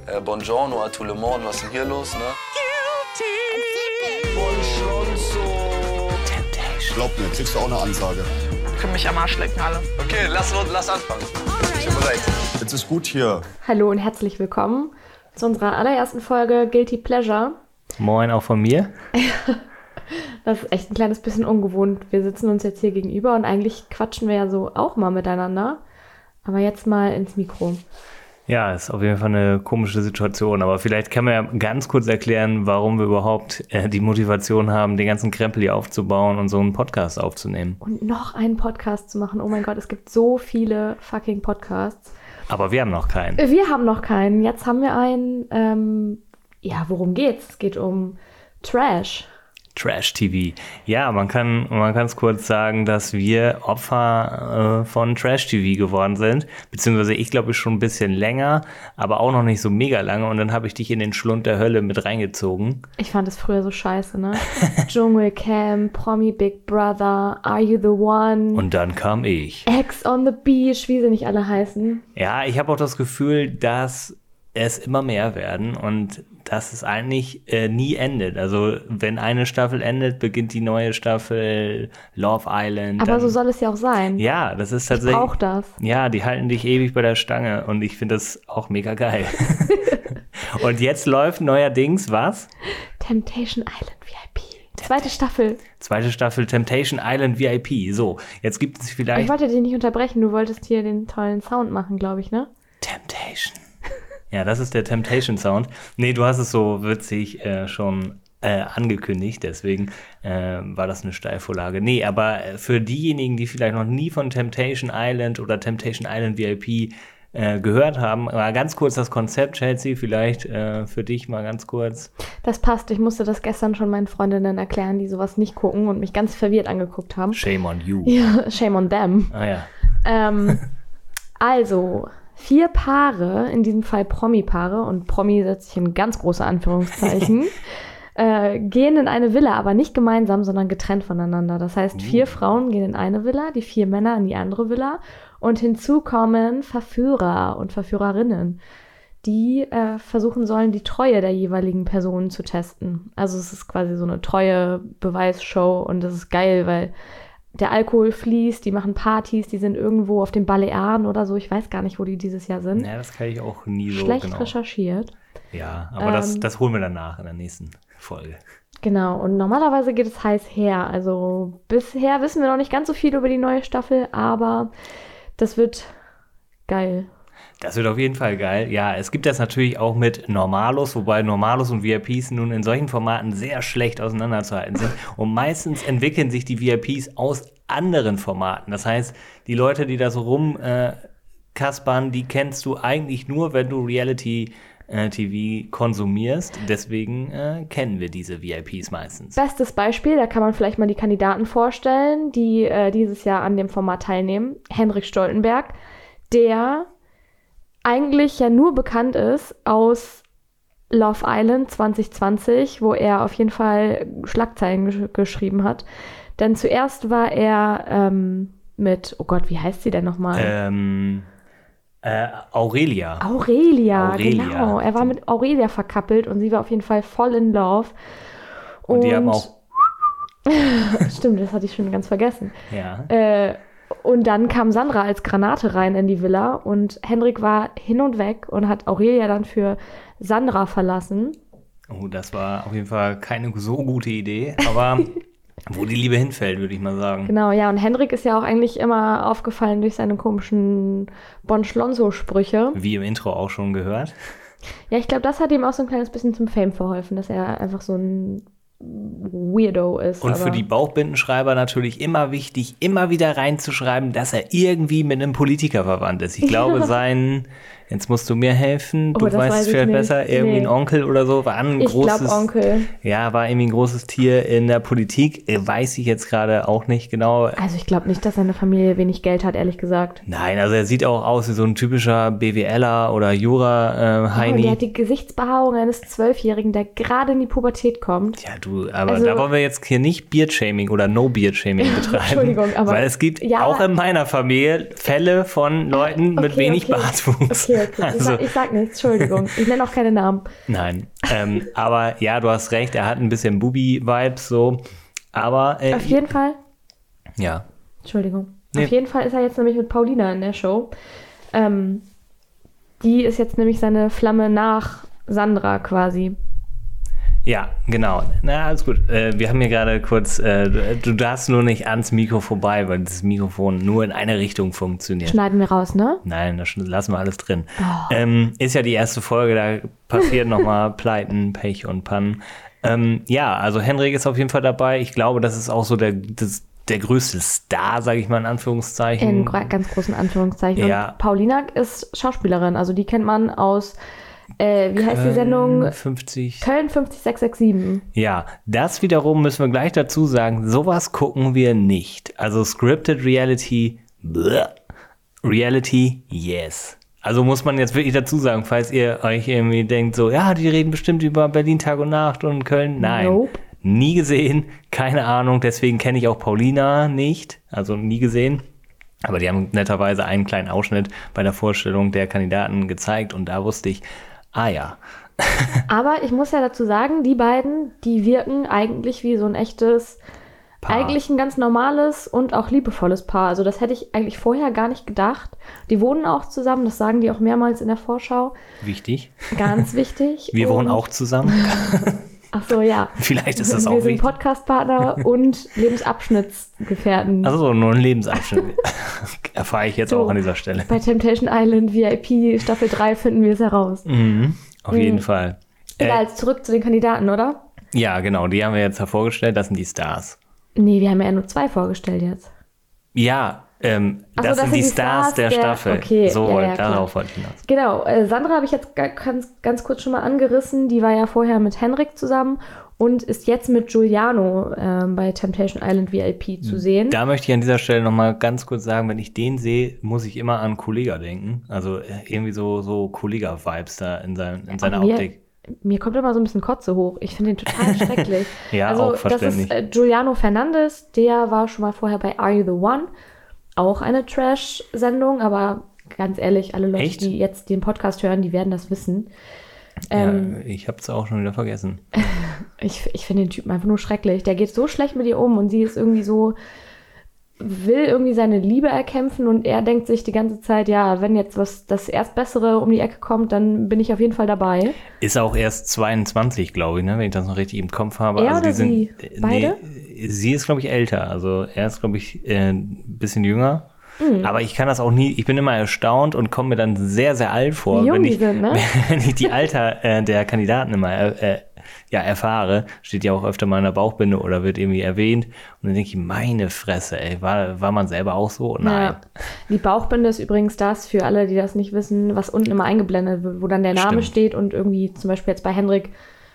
Buongiorno a tout le monde, was ist denn hier los, ne? Bonschlonzo. Ich glaub mir, kriegst du auch eine Ansage. Können mich am Arsch lecken alle. Okay, lass anfangen. Ich bin bereit. Jetzt ist gut hier. Hallo und herzlich willkommen zu unserer allerersten Folge Guilty Pleasure. Moin auch von mir. Das ist echt ein kleines bisschen ungewohnt. Wir sitzen uns jetzt hier gegenüber und eigentlich quatschen wir ja so auch mal miteinander. Aber jetzt mal ins Mikro. Ja, ist auf jeden Fall eine komische Situation, aber vielleicht kann man ja ganz kurz erklären, warum wir überhaupt die Motivation haben, den ganzen Krempel hier aufzubauen und so einen Podcast aufzunehmen. Und noch einen Podcast zu machen. Oh mein Gott, es gibt so viele fucking Podcasts. Aber wir haben noch keinen. Wir haben noch keinen. Jetzt haben wir einen. Worum geht's? Es geht um Trash. Trash-TV. Ja, man kann es kurz sagen, dass wir Opfer von Trash-TV geworden sind. Beziehungsweise ich glaube schon ein bisschen länger, aber auch noch nicht so mega lange. Und dann habe ich dich in den Schlund der Hölle mit reingezogen. Ich fand es früher so scheiße, ne? Dschungelcamp, Promi Big Brother, Are You the One? Und dann kam ich. Ex on the Beach, wie sie nicht alle heißen. Ja, ich habe auch das Gefühl, dass es immer mehr werden und dass es eigentlich nie endet. Also wenn eine Staffel endet, beginnt die neue Staffel Love Island. Aber so soll es ja auch sein. Ja, das ist tatsächlich. Ich brauch das. Ja, die halten dich ewig bei der Stange und ich finde das auch mega geil. Und jetzt läuft neuerdings was? Temptation Island VIP. Zweite Staffel. Zweite Staffel Temptation Island VIP. So, jetzt gibt es vielleicht... Ich wollte dich nicht unterbrechen, du wolltest hier den tollen Sound machen, glaube ich, ne? Temptation. Ja, das ist der Temptation-Sound. Nee, du hast es so witzig schon angekündigt, deswegen war das eine Steilvorlage. Nee, aber für diejenigen, die vielleicht noch nie von Temptation Island oder Temptation Island VIP gehört haben, mal ganz kurz das Konzept, Chelsea, vielleicht für dich mal ganz kurz. Das passt, ich musste das gestern schon meinen Freundinnen erklären, die sowas nicht gucken und mich ganz verwirrt angeguckt haben. Shame on you. Ja, shame on them. Ah ja. Also... 4 Paare, in diesem Fall Promi-Paare, und Promi setzt sich in ganz große Anführungszeichen, gehen in eine Villa, aber nicht gemeinsam, sondern getrennt voneinander. Das heißt, 4 Frauen gehen in eine Villa, die 4 Männer in die andere Villa und hinzu kommen Verführer und Verführerinnen, die versuchen sollen, die Treue der jeweiligen Personen zu testen. Also es ist quasi so eine Treue-Beweisshow und das ist geil, weil der Alkohol fließt, die machen Partys, die sind irgendwo auf den Balearen oder so. Ich weiß gar nicht, wo die dieses Jahr sind. Ja, das kann ich auch nie so schlecht genau recherchiert. Ja, aber das holen wir danach in der nächsten Folge. Genau, und normalerweise geht es heiß her. Also bisher wissen wir noch nicht ganz so viel über die neue Staffel, aber das wird geil. Das wird auf jeden Fall geil. Ja, es gibt das natürlich auch mit Normalos, wobei Normalos und VIPs nun in solchen Formaten sehr schlecht auseinanderzuhalten sind. Und meistens entwickeln sich die VIPs aus anderen Formaten. Das heißt, die Leute, die da so rumkaspern, die kennst du eigentlich nur, wenn du Reality-TV konsumierst. Deswegen kennen wir diese VIPs meistens. Bestes Beispiel, da kann man vielleicht mal die Kandidaten vorstellen, die dieses Jahr an dem Format teilnehmen. Henrik Stoltenberg, der eigentlich ja nur bekannt ist aus Love Island 2020, wo er auf jeden Fall Schlagzeilen geschrieben hat. Denn zuerst war er mit, oh Gott, wie heißt sie denn nochmal? Aurelia. Aurelia, genau. Er war mit Aurelia verkappelt und sie war auf jeden Fall voll in Love. Und die haben auch... Stimmt, das hatte ich schon ganz vergessen. Ja. Und dann kam Sandra als Granate rein in die Villa und Henrik war hin und weg und hat Aurelia dann für Sandra verlassen. Oh, das war auf jeden Fall keine so gute Idee, aber wo die Liebe hinfällt, würde ich mal sagen. Genau, ja, und Henrik ist ja auch eigentlich immer aufgefallen durch seine komischen Bonschlonzo-Sprüche. Wie im Intro auch schon gehört. Ja, ich glaube, das hat ihm auch so ein kleines bisschen zum Fame verholfen, dass er einfach so ein Weirdo ist. Und für die Bauchbindenschreiber natürlich immer wichtig, immer wieder reinzuschreiben, dass er irgendwie mit einem Politiker verwandt ist. Ich glaube, jetzt musst du mir helfen, du weißt es vielleicht besser, irgendwie ein Onkel oder so, war ein großes... Ich glaube Onkel. Ja, war irgendwie ein großes Tier in der Politik, weiß ich jetzt gerade auch nicht genau. Also ich glaube nicht, dass seine Familie wenig Geld hat, ehrlich gesagt. Nein, also er sieht auch aus wie so ein typischer BWLer oder Jura-Heini. Der hat die Gesichtsbehaarung eines 12-Jährigen, der gerade in die Pubertät kommt. Ja, aber da wollen wir jetzt hier nicht Beard-Shaming oder No-Beard-Shaming betreiben. Entschuldigung, aber... Weil es gibt auch in meiner Familie Fälle von Leuten mit wenig Bartwuchs. Okay. Also- Ich sag nichts, Entschuldigung. Ich nenne auch keine Namen. Nein. Aber ja, du hast recht, er hat ein bisschen Bubi-Vibes so. Aber Auf jeden Fall, ja. Entschuldigung. Nee. Auf jeden Fall ist er jetzt nämlich mit Paulina in der Show. Die ist jetzt nämlich seine Flamme nach Sandra quasi. Ja, genau. Na, alles gut. Wir haben hier gerade kurz, du darfst nur nicht ans Mikro vorbei, weil das Mikrofon nur in eine Richtung funktioniert. Schneiden wir raus, ne? Nein, das lassen wir alles drin. Ist ja die erste Folge, da passieren nochmal Pleiten, Pech und Pannen. Ja, also Henrik ist auf jeden Fall dabei. Ich glaube, das ist auch so der größte Star, sage ich mal in Anführungszeichen. In ganz großen Anführungszeichen. Ja. Und Paulina ist Schauspielerin, also die kennt man aus, wie heißt die Sendung? 50. Köln 50667. Ja, das wiederum müssen wir gleich dazu sagen, sowas gucken wir nicht. Also Scripted Reality, bleh. Reality, yes. Also muss man jetzt wirklich dazu sagen, falls ihr euch irgendwie denkt, so, ja, die reden bestimmt über Berlin Tag und Nacht und Köln. Nein, Nope. Nie gesehen, keine Ahnung, deswegen kenne ich auch Paulina nicht, also nie gesehen. Aber die haben netterweise einen kleinen Ausschnitt bei der Vorstellung der Kandidaten gezeigt und da wusste ich, ja. Aber ich muss ja dazu sagen, die beiden, die wirken eigentlich wie so ein echtes, Paar. eigentlich ein ganz normales und auch liebevolles Paar. Also das hätte ich eigentlich vorher gar nicht gedacht. Die wohnen auch zusammen, das sagen die auch mehrmals in der Vorschau. Wichtig. Ganz wichtig. Wir wohnen Und- auch zusammen. Ach so, ja. Vielleicht ist das Wir auch sind wichtig. Podcastpartner und Lebensabschnittsgefährten. Also so, nur ein Lebensabschnitt. Erfahre ich jetzt So. auch an dieser Stelle. Bei Temptation Island VIP Staffel 3 finden wir es heraus. Auf jeden Fall. Egal, zurück zu den Kandidaten, oder? Ja, genau, die haben wir jetzt hervorgestellt, das sind die Stars. Nee, wir haben ja nur 2 vorgestellt jetzt. Ja, Ach so, das sind die Stars der Staffel. Okay, So, ja, klar. darauf wollte ich hinaus. Genau, Sandra habe ich jetzt ganz kurz schon mal angerissen. Die war ja vorher mit Henrik zusammen und ist jetzt mit Giuliano bei Temptation Island VIP zu sehen. Da möchte ich an dieser Stelle nochmal ganz kurz sagen, wenn ich den sehe, muss ich immer an Kollega denken. Also irgendwie so Kollega-Vibes da in seiner Optik. Mir kommt immer so ein bisschen Kotze hoch. Ich finde den total schrecklich. Ja, also, auch verständlich. Das ist Giuliano Fernandes, der war schon mal vorher bei Are You the One? Auch eine Trash-Sendung, aber ganz ehrlich, alle Leute, Echt? die jetzt den Podcast hören, die werden das wissen. Ja, ich habe es auch schon wieder vergessen. Ich finde den Typen einfach nur schrecklich. Der geht so schlecht mit ihr um und sie ist irgendwie so, will irgendwie seine Liebe erkämpfen und er denkt sich die ganze Zeit, ja, wenn jetzt das Erstbessere um die Ecke kommt, dann bin ich auf jeden Fall dabei. Ist auch erst 22, glaube ich, ne, wenn ich das noch richtig im Kopf habe. Er also oder sie? Beide? Nee, sie ist, glaube ich, älter. Also er ist, glaube ich, ein bisschen jünger. Aber ich kann das auch nie, ich bin immer erstaunt und komme mir dann sehr, sehr alt vor, Wie jung wenn die ich, sind, ne? wenn ich die Alter der Kandidaten immer erfahre. Steht ja auch öfter mal in der Bauchbinde oder wird irgendwie erwähnt. Und dann denke ich, meine Fresse, ey, war man selber auch so? Nein. Ja. Die Bauchbinde ist übrigens das, für alle, die das nicht wissen, was unten immer eingeblendet wird, wo dann der Name Stimmt. steht und irgendwie zum Beispiel jetzt bei Henrik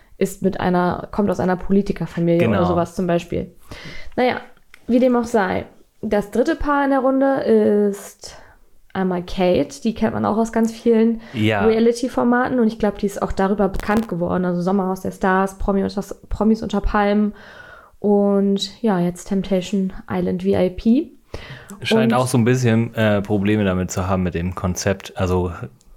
kommt aus einer Politikerfamilie Genau. oder sowas zum Beispiel. Naja, wie dem auch sei. Das dritte Paar in der Runde ist einmal Kate, die kennt man auch aus ganz vielen Ja. Reality-Formaten und ich glaube, die ist auch darüber bekannt geworden. Also Sommerhaus der Stars, Promis unter Palmen und ja, jetzt Temptation Island VIP. Scheint Und- auch so ein bisschen Probleme damit zu haben mit dem Konzept, also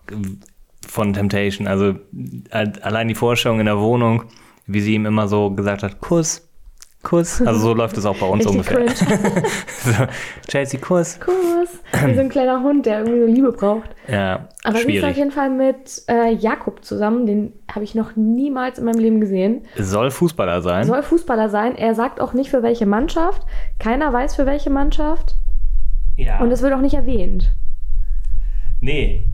von Temptation. Also allein die Vorstellung in der Wohnung, wie sie ihm immer so gesagt hat, Kuss, Kuss. Also so läuft es auch bei uns Richtig ungefähr. cringe. So, Chelsea, Kuss. Kuss. Wie so ein kleiner Hund, der irgendwie so Liebe braucht. Ja, Aber sie ist auf schwierig. jeden Fall mit Jakob zusammen. Den habe ich noch niemals in meinem Leben gesehen. Soll Fußballer sein. Soll Fußballer sein. Er sagt auch nicht, für welche Mannschaft. Keiner weiß, für welche Mannschaft. Ja. Und es wird auch nicht erwähnt. Nee.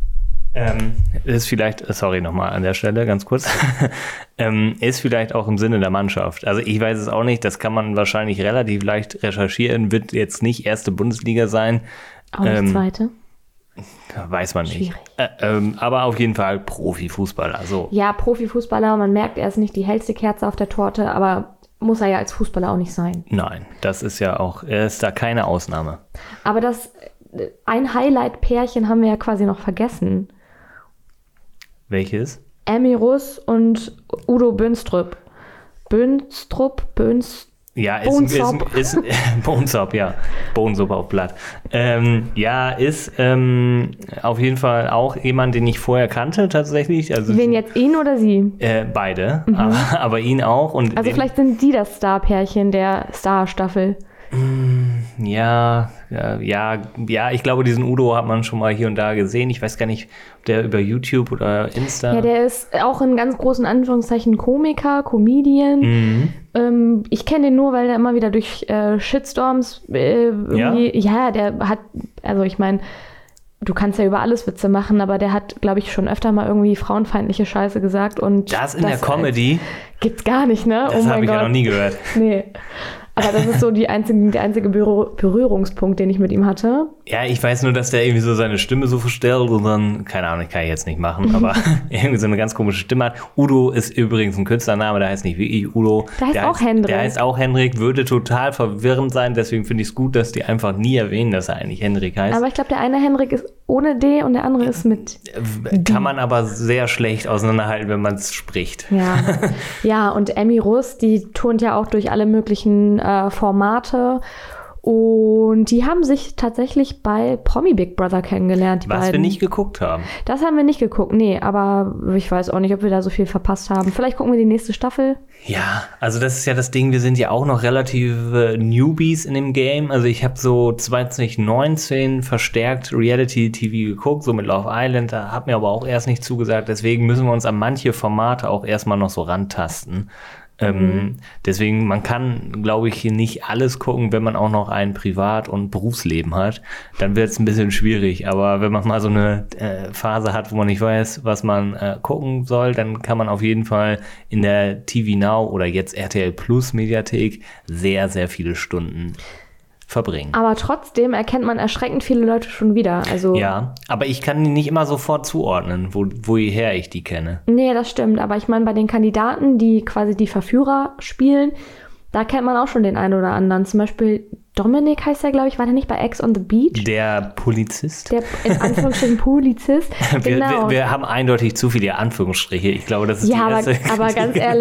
Ist vielleicht, sorry nochmal an der Stelle, ganz kurz, ist vielleicht auch im Sinne der Mannschaft. Also ich weiß es auch nicht, das kann man wahrscheinlich relativ leicht recherchieren, wird jetzt nicht erste Bundesliga sein, Auch nicht zweite. weiß man nicht. Schwierig. Aber auf jeden Fall Profifußballer, so. Ja, Profifußballer. Man merkt, er ist nicht die hellste Kerze auf der Torte, aber muss er ja als Fußballer auch nicht sein. Nein, das ist ja auch, er ist da keine Ausnahme. Aber ein Highlight-Pärchen haben wir ja quasi noch vergessen. Welches? Emmy Russ und Udo Bönstrup. Bönstrup? Ja, Bohnensuppe. ist Bohnensuppe, ja. Bohnensuppe auf Blatt. Ist auf jeden Fall auch jemand, den ich vorher kannte, tatsächlich. Also, Wen jetzt, ihn oder sie? Beide, aber ihn auch. Und Also vielleicht sind die das Star-Pärchen der Star-Staffel. Ja, ich glaube, diesen Udo hat man schon mal hier und da gesehen. Ich weiß gar nicht, ob der über YouTube oder Insta... Ja, der ist auch in ganz großen Anführungszeichen Komiker, Comedian. Ich kenne den nur, weil der immer wieder durch Shitstorms irgendwie... Ja, der hat... Also ich meine, du kannst ja über alles Witze machen, aber der hat, glaube ich, schon öfter mal irgendwie frauenfeindliche Scheiße gesagt. Und das in der Comedy? Gibt's gar nicht, ne? Das habe ich ja noch nie gehört. Nee. Aber das ist so der einzige Berührungspunkt, den ich mit ihm hatte. Ja, ich weiß nur, dass der irgendwie so seine Stimme so verstellt und dann, keine Ahnung, ich kann ich jetzt nicht machen, aber irgendwie so eine ganz komische Stimme hat. Udo ist übrigens ein Künstlername, der heißt nicht wirklich Udo. Der heißt auch Hendrik. Der heißt auch Hendrik, würde total verwirrend sein, deswegen finde ich es gut, dass die einfach nie erwähnen, dass er eigentlich Hendrik heißt. Aber ich glaube, der eine Hendrik ist ohne D und der andere ist mit D. Kann man aber sehr schlecht auseinanderhalten, wenn man es spricht. Ja. Ja, und Emmy Rust, die turnt ja auch durch alle möglichen Formate. Und die haben sich tatsächlich bei Promi Big Brother kennengelernt, die Was beiden. wir nicht geguckt haben. Das haben wir nicht geguckt, nee, aber ich weiß auch nicht, ob wir da so viel verpasst haben. Vielleicht gucken wir die nächste Staffel. Ja, also das ist ja das Ding, wir sind ja auch noch relative Newbies in dem Game. Also ich habe so 2019 verstärkt Reality-TV geguckt, so mit Love Island, da hat mir aber auch erst nicht zugesagt. Deswegen müssen wir uns an manche Formate auch erstmal noch so rantasten. Deswegen, man kann, glaube ich, hier nicht alles gucken, wenn man auch noch ein Privat- und Berufsleben hat. Dann wird es ein bisschen schwierig. Aber wenn man mal so eine Phase hat, wo man nicht weiß, was man gucken soll, dann kann man auf jeden Fall in der TV Now oder jetzt RTL Plus Mediathek sehr, sehr viele Stunden verbringen. Aber trotzdem erkennt man erschreckend viele Leute schon wieder. Also Ja, aber ich kann die nicht immer sofort zuordnen, woher ich die kenne. Nee, das stimmt. Aber ich meine, bei den Kandidaten, die quasi die Verführer spielen, da kennt man auch schon den einen oder anderen. Zum Beispiel Dominik heißt er, glaube ich, war der nicht bei Ex on the Beach? Der Polizist. Der in Anführungsstrichen Polizist. Genau. Wir haben eindeutig zu viele Anführungsstriche. Ich glaube, das ist die erste. Aber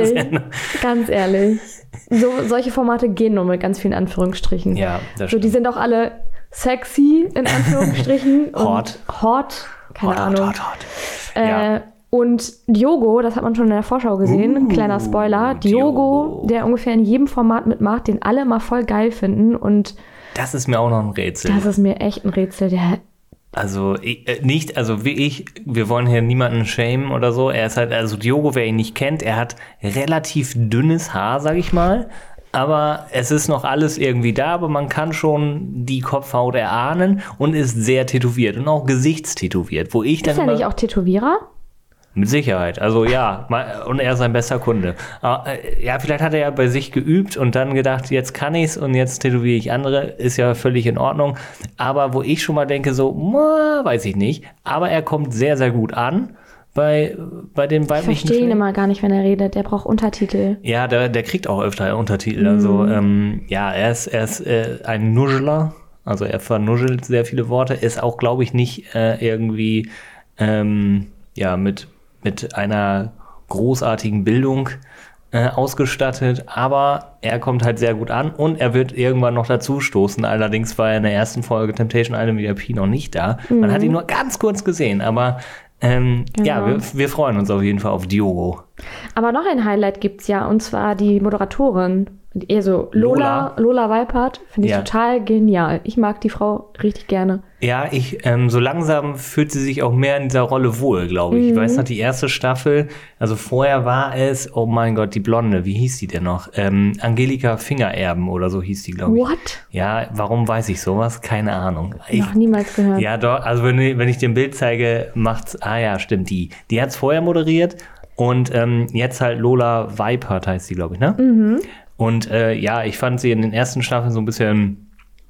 ganz ehrlich, solche Formate gehen nur mit ganz vielen Anführungsstrichen. Ja, das so, die stimmt. sind auch alle sexy, in Anführungsstrichen. Hot. Keine Ahnung. Hot. Ja. Und Diogo, das hat man schon in der Vorschau gesehen, kleiner Spoiler, Diogo, der ungefähr in jedem Format mitmacht, den alle mal voll geil finden und das ist mir auch noch ein Rätsel. das ist mir echt ein Rätsel, wir wollen hier niemanden shamen oder so, er ist halt, also Diogo, wer ihn nicht kennt, er hat relativ dünnes Haar, sag ich mal, aber es ist noch alles irgendwie da, aber man kann schon die Kopfhaut erahnen und ist sehr tätowiert und auch gesichtstätowiert, wo ich dann ist er nicht auch Tätowierer? Mit Sicherheit, also ja, und er ist sein bester Kunde. Ja, vielleicht hat er ja bei sich geübt und dann gedacht, jetzt kann ich's und jetzt tätowiere ich andere, ist ja völlig in Ordnung. Aber wo ich schon mal denke, so, weiß ich nicht, aber er kommt sehr, sehr gut an bei den weiblichen. Ich verstehe ihn immer gar nicht, wenn er redet, der braucht Untertitel. Ja, der kriegt auch öfter Untertitel, also er ist ein Nuschler, also er vernuschelt sehr viele Worte, ist auch, glaube ich, nicht irgendwie mit einer großartigen Bildung ausgestattet, aber er kommt halt sehr gut an und er wird irgendwann noch dazu stoßen. Allerdings war er in der ersten Folge Temptation Island VIP noch nicht da. Man hat ihn nur ganz kurz gesehen, aber ja, wir freuen uns auf jeden Fall auf Diogo. Aber noch ein Highlight gibt's ja, und zwar die Moderatorin. Also Lola Weipert, finde ich total genial. Ich mag die Frau richtig gerne. Ja, so langsam fühlt sie sich auch mehr in dieser Rolle wohl, glaube ich. Ich weiß noch, die erste Staffel, also vorher war es, oh mein Gott, die Blonde, wie hieß die denn noch? Angelika Fingererben oder so hieß die, glaube ich. What? Ja, warum weiß ich sowas? Keine Ahnung. Noch niemals gehört. Ja, doch, also wenn ich dir ein Bild zeige, macht's, stimmt, die hat's vorher moderiert und jetzt halt Lola Weipert heißt sie, glaube ich, ne? Und ich fand sie in den ersten Staffeln so ein bisschen,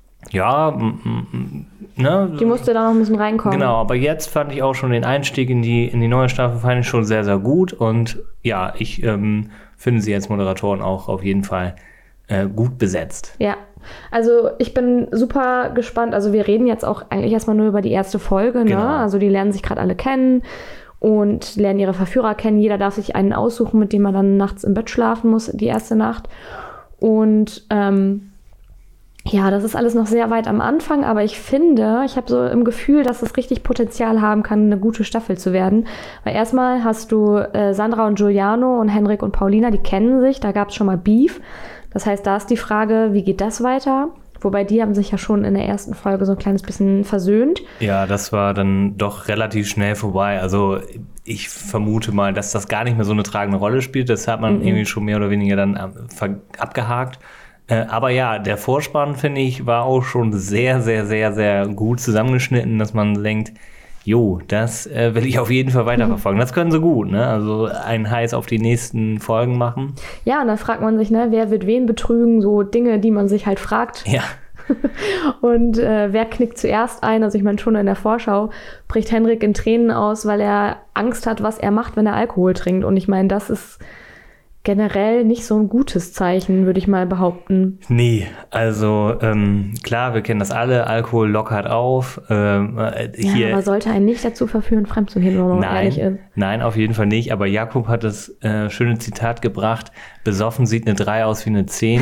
Die musste da noch ein bisschen reinkommen. Genau, aber jetzt fand ich auch schon den Einstieg in die neue Staffel fand ich schon sehr, sehr gut. Und ja, ich finde sie als Moderatorin auch auf jeden Fall gut besetzt. Ja, also ich bin super gespannt. Also wir reden jetzt auch eigentlich erstmal nur über die erste Folge, ne? Genau. Also die lernen sich gerade alle kennen und lernen ihre Verführer kennen. Jeder darf sich einen aussuchen, mit dem er dann nachts im Bett schlafen muss, die erste Nacht. Und ja, das ist alles noch sehr weit am Anfang, aber ich finde, ich habe so im Gefühl, dass es richtig Potenzial haben kann, eine gute Staffel zu werden. Weil erstmal hast du Sandra und Giuliano und Henrik und Paulina, die kennen sich, da gab es schon mal Beef. Das heißt, da ist die Frage, wie geht das weiter? Wobei die haben sich ja schon in der ersten Folge so ein kleines bisschen versöhnt. Ja, das war dann doch relativ schnell vorbei. Also ich vermute mal, dass das gar nicht mehr so eine tragende Rolle spielt. Das hat man irgendwie schon mehr oder weniger dann abgehakt. Aber ja, der Vorspann, finde ich, war auch schon sehr, sehr, sehr, sehr gut zusammengeschnitten, dass man denkt, jo, das will ich auf jeden Fall weiterverfolgen. Das können sie gut, ne? Also einen Heiß auf die nächsten Folgen machen. Ja, und da fragt man sich, ne, wer wird wen betrügen? So Dinge, die man sich halt fragt. Ja. Und wer knickt zuerst ein? Also ich meine, schon in der Vorschau bricht Henrik in Tränen aus, weil er Angst hat, was er macht, wenn er Alkohol trinkt. Und ich meine, das ist generell nicht so ein gutes Zeichen, würde ich mal behaupten. Nee, also klar, wir kennen das alle, Alkohol lockert auf. Hier, aber sollte einen nicht dazu verführen, fremd zu gehen, wenn man ehrlich ist. Nein, auf jeden Fall nicht. Aber Jakob hat das schöne Zitat gebracht, besoffen sieht eine 3 aus wie eine 10.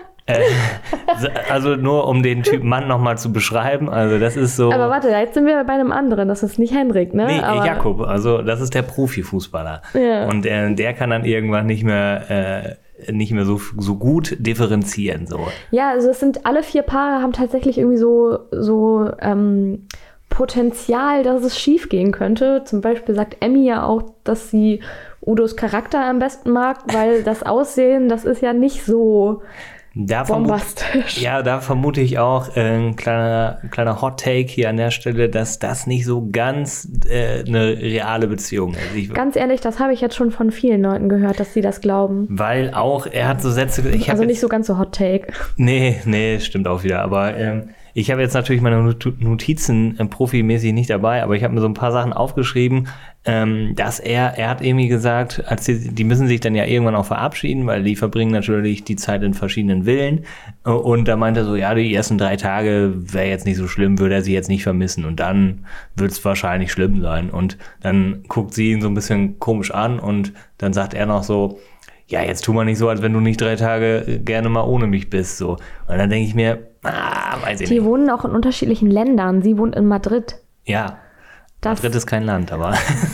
Also nur um den Typ Mann nochmal zu beschreiben, also das ist so... Aber warte, jetzt sind wir bei einem anderen, das ist nicht Henrik, ne? Nee, aber Jakob, also das ist der Profifußballer. Ja. Und der kann dann irgendwann nicht mehr so gut differenzieren. So. Ja, also es sind alle 4 Paare haben tatsächlich irgendwie so Potenzial, dass es schief gehen könnte. Zum Beispiel sagt Emmy ja auch, dass sie Udos Charakter am besten mag, weil das Aussehen, das ist ja nicht so... bombastisch. Da vermute ich auch ein kleiner Hot-Take hier an der Stelle, dass das nicht so ganz eine reale Beziehung ist. Ganz ehrlich, das habe ich jetzt schon von vielen Leuten gehört, dass sie das glauben. Weil auch, er hat so Sätze... Also nicht so ganz so Hot-Take. Nee, stimmt auch wieder. Aber ich habe jetzt natürlich meine Notizen profimäßig nicht dabei, aber ich habe mir so ein paar Sachen aufgeschrieben, dass er hat irgendwie gesagt, als die müssen sich dann ja irgendwann auch verabschieden, weil die verbringen natürlich die Zeit in verschiedenen Villen. Und da meinte er so, ja, die ersten 3 Tage wäre jetzt nicht so schlimm, würde er sie jetzt nicht vermissen. Und dann wird es wahrscheinlich schlimm sein. Und dann guckt sie ihn so ein bisschen komisch an und dann sagt er noch so, ja, jetzt tu mal nicht so, als wenn du nicht 3 Tage gerne mal ohne mich bist. So. Und dann denke ich mir, weiß ich nicht. Die wohnen auch in unterschiedlichen Ländern. Sie wohnt in Madrid. Ja, Madrid ist kein Land, aber...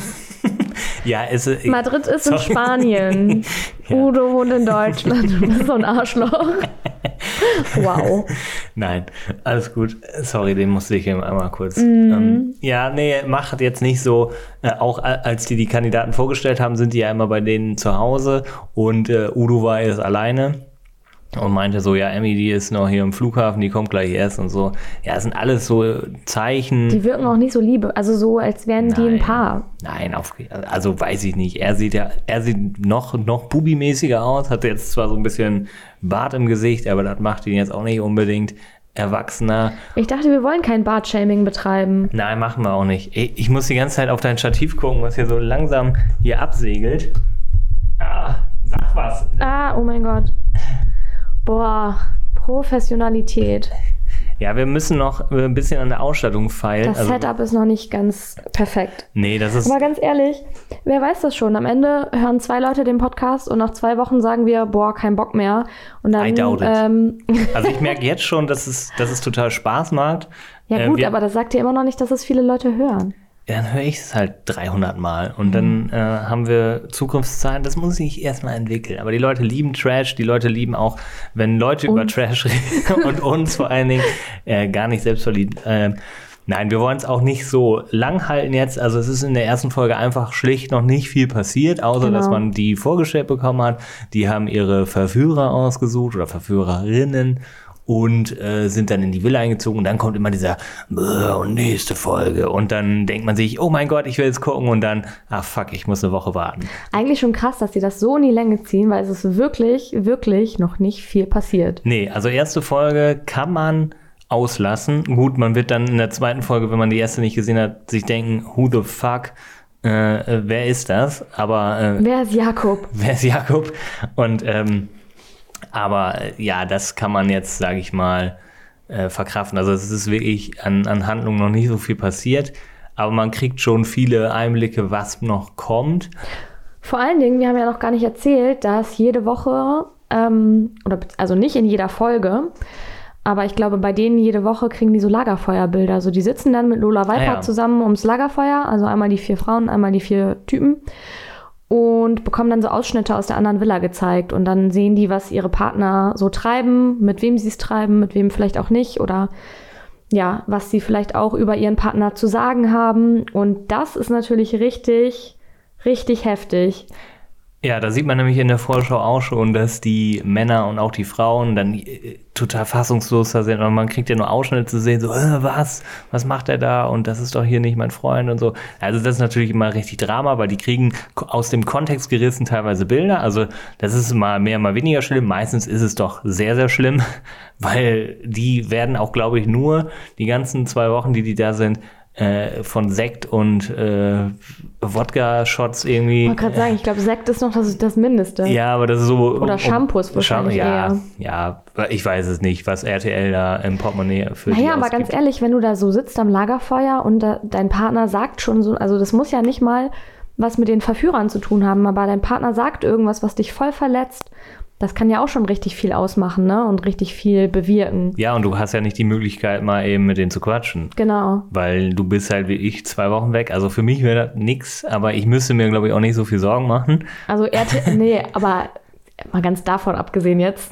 ja, Madrid ist in Spanien. Ja. Udo wohnt in Deutschland. Du bist so ein Arschloch. Wow. Nein, alles gut. Sorry, den musste ich eben einmal kurz... ja, nee, macht jetzt nicht so... auch als die Kandidaten vorgestellt haben, sind die ja immer bei denen zu Hause und Udo war erst alleine. Und meinte so, ja, Emmy, die ist noch hier im Flughafen, die kommt gleich erst und so. Ja, das sind alles so Zeichen. Die wirken auch nicht so liebe, also so, als wären die ein Paar. Nein, also weiß ich nicht. Er sieht noch bubimäßiger aus, hat jetzt zwar so ein bisschen Bart im Gesicht, aber das macht ihn jetzt auch nicht unbedingt erwachsener. Ich dachte, wir wollen kein Bart-Shaming betreiben. Nein, machen wir auch nicht. Ich muss die ganze Zeit auf dein Stativ gucken, was hier so langsam hier absegelt. Sag was. Oh mein Gott. Boah, Professionalität. Ja, wir müssen noch ein bisschen an der Ausstattung feilen. Das Setup ist noch nicht ganz perfekt. Nee, das ist... Aber ganz ehrlich, wer weiß das schon? Am Ende hören 2 Leute den Podcast und nach 2 Wochen sagen wir, boah, kein Bock mehr. Und dann, I doubt it. Also ich merke jetzt schon, dass es total Spaß macht. Ja gut, aber das sagt ja immer noch nicht, dass es viele Leute hören. Ja, dann höre ich es halt 300 Mal und dann haben wir Zukunftszahlen, das muss sich erstmal entwickeln. Aber die Leute lieben Trash, die Leute lieben auch, wenn Leute über Trash reden und uns vor allen Dingen gar nicht selbstverliebt. Nein, wir wollen es auch nicht so lang halten jetzt. Also es ist in der ersten Folge einfach schlicht noch nicht viel passiert, außer dass man die vorgestellt bekommen hat. Die haben ihre Verführer ausgesucht oder Verführerinnen. Und sind dann in die Villa eingezogen und dann kommt immer dieser und nächste Folge und dann denkt man sich, oh mein Gott, ich will jetzt gucken und dann, fuck, ich muss eine Woche warten. Eigentlich schon krass, dass sie das so in die Länge ziehen, weil es ist wirklich, wirklich noch nicht viel passiert. Nee, also erste Folge kann man auslassen. Gut, man wird dann in der zweiten Folge, wenn man die erste nicht gesehen hat, sich denken, who the fuck, wer ist das? Aber wer ist Jakob? Wer ist Jakob? Und aber ja, das kann man jetzt, sage ich mal, verkraften. Also es ist wirklich an Handlung noch nicht so viel passiert, aber man kriegt schon viele Einblicke, was noch kommt. Vor allen Dingen, wir haben ja noch gar nicht erzählt, dass jede Woche also nicht in jeder Folge, aber ich glaube, bei denen jede Woche kriegen die so Lagerfeuerbilder. Also die sitzen dann mit Lola Weipert zusammen ums Lagerfeuer, also einmal die 4 Frauen, einmal die 4 Typen und bekommen dann so Ausschnitte aus der anderen Villa gezeigt und dann sehen die, was ihre Partner so treiben, mit wem sie es treiben, mit wem vielleicht auch nicht oder ja, was sie vielleicht auch über ihren Partner zu sagen haben und das ist natürlich richtig, richtig heftig. Ja, da sieht man nämlich in der Vorschau auch schon, dass die Männer und auch die Frauen dann total fassungslos da sind und man kriegt ja nur Ausschnitte zu sehen, so, was macht er da und das ist doch hier nicht mein Freund und so. Also das ist natürlich immer richtig Drama, weil die kriegen aus dem Kontext gerissen teilweise Bilder, also das ist mal mehr, mal weniger schlimm, meistens ist es doch sehr, sehr schlimm, weil die werden auch, glaube ich, nur die ganzen 2 Wochen, die da sind, von Sekt und Wodka-Shots irgendwie. Ich wollte gerade sagen, ich glaube, Sekt ist noch das Mindeste. Ja, aber das ist so... Oder Shampoos wahrscheinlich eher. Ja, ich weiß es nicht, was RTL da im Portemonnaie für die aber ganz ehrlich, wenn du da so sitzt am Lagerfeuer und dein Partner sagt schon so, also das muss ja nicht mal was mit den Verführern zu tun haben, aber dein Partner sagt irgendwas, was dich voll verletzt, das kann ja auch schon richtig viel ausmachen, ne? Und richtig viel bewirken. Ja, und du hast ja nicht die Möglichkeit, mal eben mit denen zu quatschen. Genau. Weil du bist halt wie ich 2 Wochen weg. Also für mich wäre das nix, aber ich müsste mir, glaube ich, auch nicht so viel Sorgen machen. Also aber mal ganz davon abgesehen jetzt.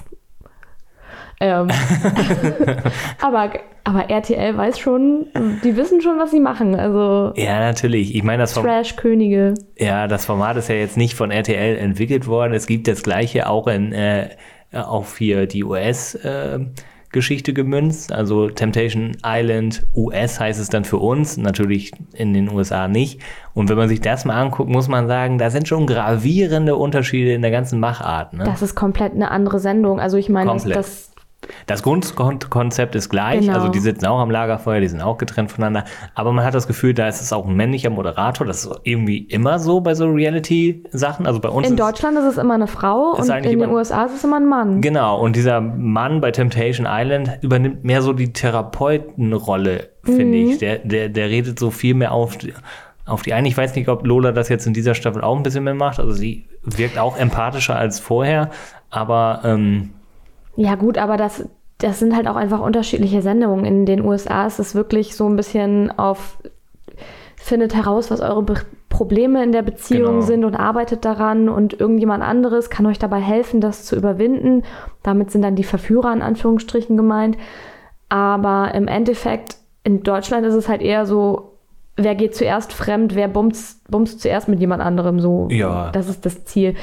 Aber RTL weiß schon, die wissen schon, was sie machen. Also ja, natürlich. Ich meine, das Trash-Könige. Ja, das Format ist ja jetzt nicht von RTL entwickelt worden. Es gibt das Gleiche auch auf hier die US-Geschichte gemünzt. Also Temptation Island US heißt es dann für uns, natürlich in den USA nicht. Und wenn man sich das mal anguckt, muss man sagen, da sind schon gravierende Unterschiede in der ganzen Machart. Ne? Das ist komplett eine andere Sendung. Also ich meine, das Grundkonzept ist gleich, genau. Also die sitzen auch am Lagerfeuer, die sind auch getrennt voneinander, aber man hat das Gefühl, da ist es auch ein männlicher Moderator, das ist irgendwie immer so bei so Reality-Sachen, also bei uns in Deutschland ist es immer eine Frau und in den USA ist es immer ein Mann. Genau, und dieser Mann bei Temptation Island übernimmt mehr so die Therapeutenrolle, finde ich, der redet so viel mehr auf die ein. Ich weiß nicht, ob Lola das jetzt in dieser Staffel auch ein bisschen mehr macht, also sie wirkt auch empathischer als vorher, aber ja gut, aber das sind halt auch einfach unterschiedliche Sendungen. In den USA ist es wirklich so ein bisschen findet heraus, was eure Probleme in der Beziehung sind und arbeitet daran und irgendjemand anderes kann euch dabei helfen, das zu überwinden. Damit sind dann die Verführer in Anführungsstrichen gemeint. Aber im Endeffekt, in Deutschland ist es halt eher so, wer geht zuerst fremd, wer bumst zuerst mit jemand anderem. So. Ja. Das ist das Ziel.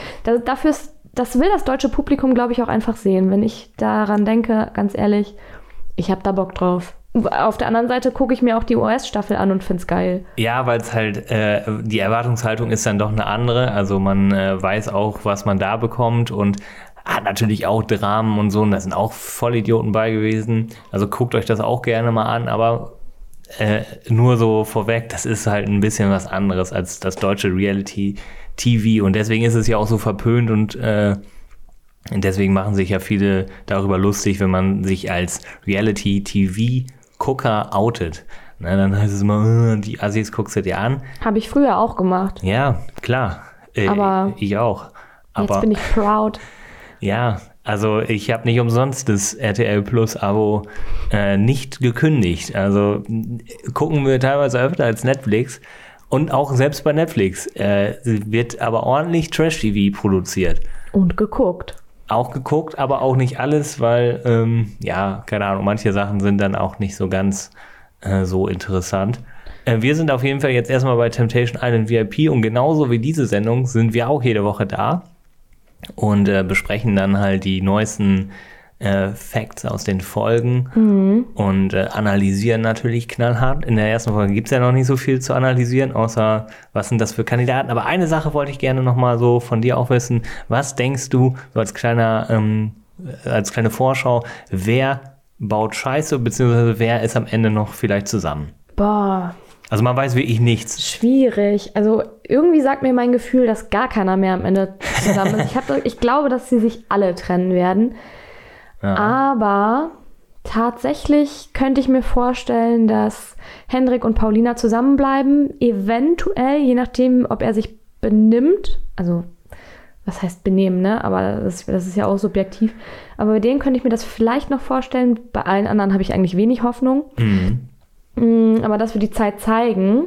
Das will das deutsche Publikum, glaube ich, auch einfach sehen. Wenn ich daran denke, ganz ehrlich, ich habe da Bock drauf. Auf der anderen Seite gucke ich mir auch die US-Staffel an und finde es geil. Ja, weil es halt, die Erwartungshaltung ist dann doch eine andere. Also man weiß auch, was man da bekommt und hat natürlich auch Dramen und so. Und da sind auch Vollidioten bei gewesen. Also guckt euch das auch gerne mal an. Aber nur so vorweg, das ist halt ein bisschen was anderes als das deutsche Reality-TV und deswegen ist es ja auch so verpönt und deswegen machen sich ja viele darüber lustig, wenn man sich als Reality-TV-Gucker outet. Na, dann heißt es immer, die Assis guckst du dir an. Habe ich früher auch gemacht. Ja, klar. Aber ich auch. Aber jetzt bin ich proud. Ja, also ich habe nicht umsonst das RTL Plus Abo nicht gekündigt. Also gucken wir teilweise öfter als Netflix und auch selbst bei Netflix wird aber ordentlich Trash-TV produziert. Und geguckt. Auch geguckt, aber auch nicht alles, weil, keine Ahnung, manche Sachen sind dann auch nicht so ganz so interessant. Wir sind auf jeden Fall jetzt erstmal bei Temptation Island VIP und genauso wie diese Sendung sind wir auch jede Woche da. Und besprechen dann halt die neuesten Facts aus den Folgen und analysieren natürlich knallhart. In der ersten Folge gibt es ja noch nicht so viel zu analysieren, außer was sind das für Kandidaten. Aber eine Sache wollte ich gerne nochmal so von dir auch wissen. Was denkst du, so als kleine Vorschau, wer baut Scheiße, beziehungsweise wer ist am Ende noch vielleicht zusammen? Boah. Also man weiß wirklich nichts. Schwierig. Also irgendwie sagt mir mein Gefühl, dass gar keiner mehr am Ende zusammen ist. Ich glaube, dass sie sich alle trennen werden. Ja. Aber tatsächlich könnte ich mir vorstellen, dass Hendrik und Paulina zusammenbleiben. Eventuell, je nachdem, ob er sich benimmt, also was heißt benehmen, ne? Aber das ist ja auch subjektiv. Aber bei denen könnte ich mir das vielleicht noch vorstellen. Bei allen anderen habe ich eigentlich wenig Hoffnung. Aber das wird die Zeit zeigen.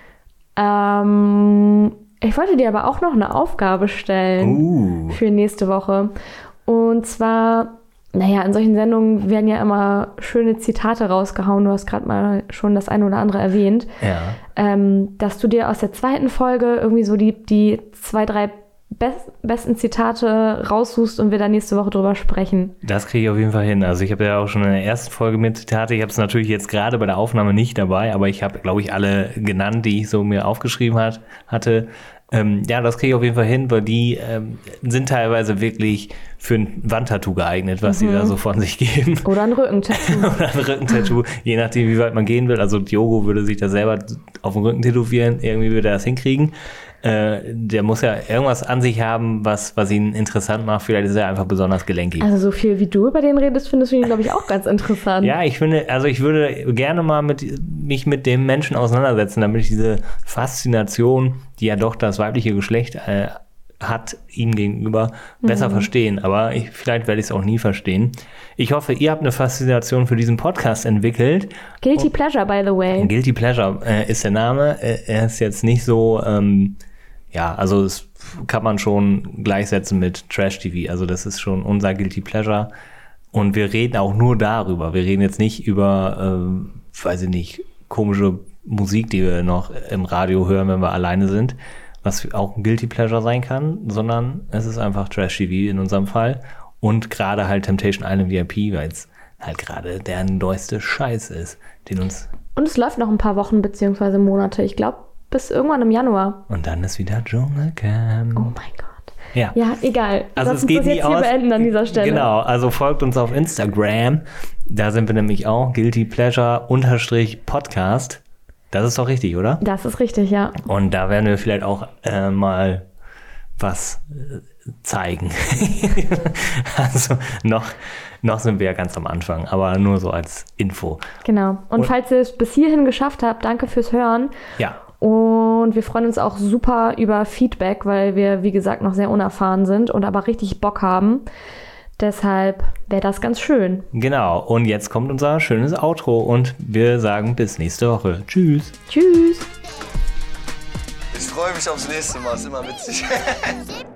Ich wollte dir aber auch noch eine Aufgabe stellen für nächste Woche. Und zwar, in solchen Sendungen werden ja immer schöne Zitate rausgehauen. Du hast gerade mal schon das eine oder andere erwähnt. Ja. Dass du dir aus der zweiten Folge irgendwie so die 2, 3 besten Zitate raussuchst und wir dann nächste Woche drüber sprechen. Das kriege ich auf jeden Fall hin. Also ich habe ja auch schon in der ersten Folge mit Zitate, ich habe es natürlich jetzt gerade bei der Aufnahme nicht dabei, aber ich habe, glaube ich, alle genannt, die ich so mir aufgeschrieben hatte. Das kriege ich auf jeden Fall hin, weil die sind teilweise wirklich für ein Wandtattoo geeignet, was die da so von sich geben. Oder ein Rückentattoo. Je nachdem, wie weit man gehen will. Also Diogo würde sich da selber auf den Rücken tätowieren, irgendwie würde er das hinkriegen. Der muss ja irgendwas an sich haben, was ihn interessant macht. Vielleicht ist er einfach besonders gelenkig. Also so viel wie du über den redest, findest du ihn, glaube ich, auch ganz interessant. Ja, ich würde gerne mal mich mit dem Menschen auseinandersetzen, damit ich diese Faszination, die ja doch das weibliche Geschlecht hat, ihm gegenüber, besser verstehen. Aber vielleicht werde ich es auch nie verstehen. Ich hoffe, ihr habt eine Faszination für diesen Podcast entwickelt. Guilty Pleasure, by the way. Guilty Pleasure ist der Name. Er ist jetzt nicht so... also das kann man schon gleichsetzen mit Trash-TV. Also das ist schon unser Guilty Pleasure. Und wir reden auch nur darüber. Wir reden jetzt nicht über, komische Musik, die wir noch im Radio hören, wenn wir alleine sind, was auch ein Guilty Pleasure sein kann, sondern es ist einfach Trash-TV in unserem Fall. Und gerade halt Temptation Island VIP, weil es halt gerade der neueste Scheiß ist, den uns... Und es läuft noch ein paar Wochen bzw. Monate. Ich glaube, bis irgendwann im Januar. Und dann ist wieder Dschungelcamp. Oh mein Gott. Ja, egal. Also Lass es geht uns das nie jetzt hier aus. beenden an dieser Stelle. Genau, also folgt uns auf Instagram. Da sind wir nämlich auch. Guilty Pleasure _Podcast. Das ist doch richtig, oder? Das ist richtig, ja. Und da werden wir vielleicht auch mal was zeigen. Also noch sind wir ja ganz am Anfang, aber nur so als Info. Genau. Und falls ihr es bis hierhin geschafft habt, danke fürs Hören. Ja. Und wir freuen uns auch super über Feedback, weil wir, wie gesagt, noch sehr unerfahren sind und aber richtig Bock haben. Deshalb wäre das ganz schön. Genau. Und jetzt kommt unser schönes Outro und wir sagen bis nächste Woche. Tschüss. Tschüss. Ich freue mich aufs nächste Mal, ist immer witzig.